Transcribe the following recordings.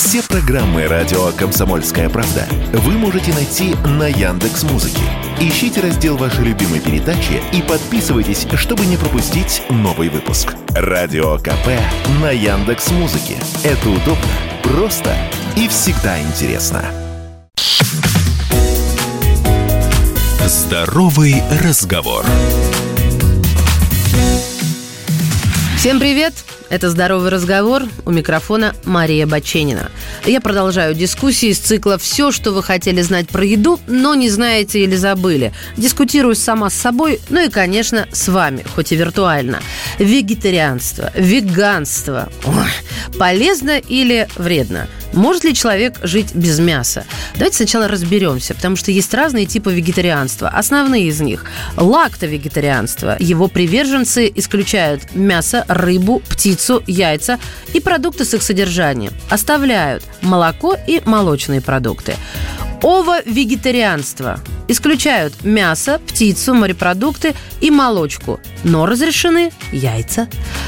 Все программы радио «Комсомольская правда» вы можете найти на Яндекс.Музыке. Ищите раздел вашей любимой передачи и подписывайтесь, чтобы не пропустить новый выпуск. Радио КП на Яндекс.Музыке. Это удобно, просто и всегда интересно. Здоровый разговор. Всем привет! Это «Здоровый разговор», у микрофона Мария Баченина. Я продолжаю дискуссии из цикла «Все, что вы хотели знать про еду, но не знаете или забыли». Дискутирую сама с собой, ну и, конечно, с вами, хоть и виртуально. Вегетарианство, веганство. Ой, полезно или вредно? Может ли человек жить без мяса? Давайте сначала разберемся, потому что есть разные типы вегетарианства. Основные из них – лактовегетарианство. Его приверженцы исключают мясо, рыбу, птицу, яйца и продукты с их содержанием. Оставляют молоко и молочные продукты. Ово-вегетарианство. Исключают мясо, птицу, морепродукты и молочку, но разрешены яйца.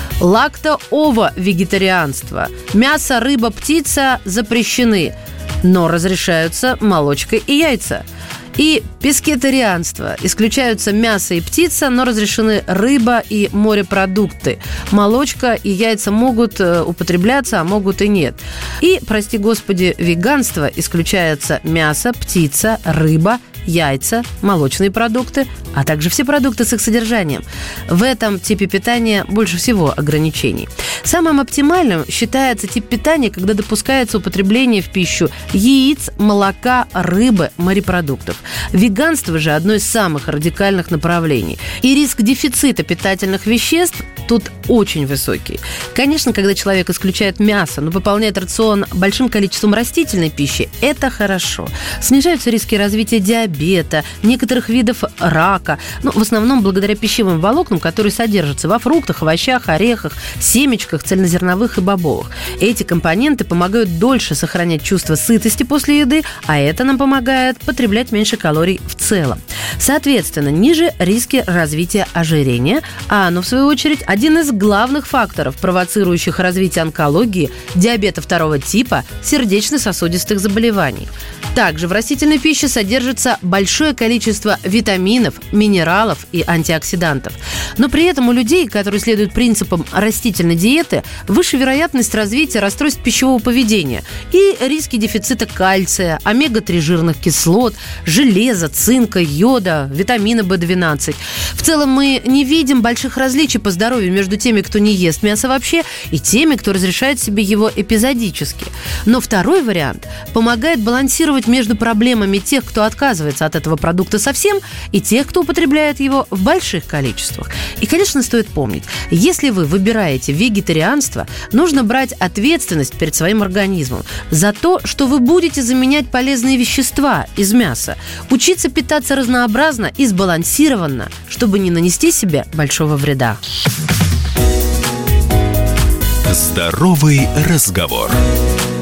Лакто-ово-вегетарианство. Мясо, рыба, птица запрещены, но разрешаются молочка и яйца. И пескетарианство. Исключаются мясо и птица, но разрешены рыба и морепродукты. Молочка и яйца могут употребляться, а могут и нет. И, прости господи, веганство. Исключаются мясо, птица, рыба, яйца, молочные продукты, а также все продукты с их содержанием. В этом типе питания больше всего ограничений. Самым оптимальным считается тип питания, когда допускается употребление в пищу яиц, молока, рыбы, морепродуктов. Веганство же одно из самых радикальных направлений. И риск дефицита питательных веществ тут очень высокий. Конечно, когда человек исключает мясо, но пополняет рацион большим количеством растительной пищи, это хорошо. Снижаются риски развития диабета, некоторых видов рака, в основном благодаря пищевым волокнам, которые содержатся во фруктах, овощах, орехах, семечках, цельнозерновых и бобовых. Эти компоненты помогают дольше сохранять чувство сытости после еды, а это нам помогает потреблять меньше калорий в целом. Соответственно, ниже риски развития ожирения, а оно, в свою очередь, один из главных факторов, провоцирующих развитие онкологии, диабета второго типа, сердечно-сосудистых заболеваний. Также в растительной пище содержится большое количество витаминов, минералов и антиоксидантов. Но при этом у людей, которые следуют принципам растительной диеты, выше вероятность развития расстройств пищевого поведения и риски дефицита кальция, омега-3 жирных кислот, железа, цинка, йода, витамина В12. В целом мы не видим больших различий по здоровью между теми, кто не ест мясо вообще, и теми, кто разрешает себе его эпизодически. Но второй вариант помогает балансировать между проблемами тех, кто отказывается от этого продукта совсем, и тех, кто употребляет его в больших количествах. И, конечно, стоит помнить, если вы выбираете вегетарианство, нужно брать ответственность перед своим организмом за то, что вы будете заменять полезные вещества из мяса, учиться питаться разнообразно и сбалансированно, чтобы не нанести себе большого вреда. Здоровый разговор.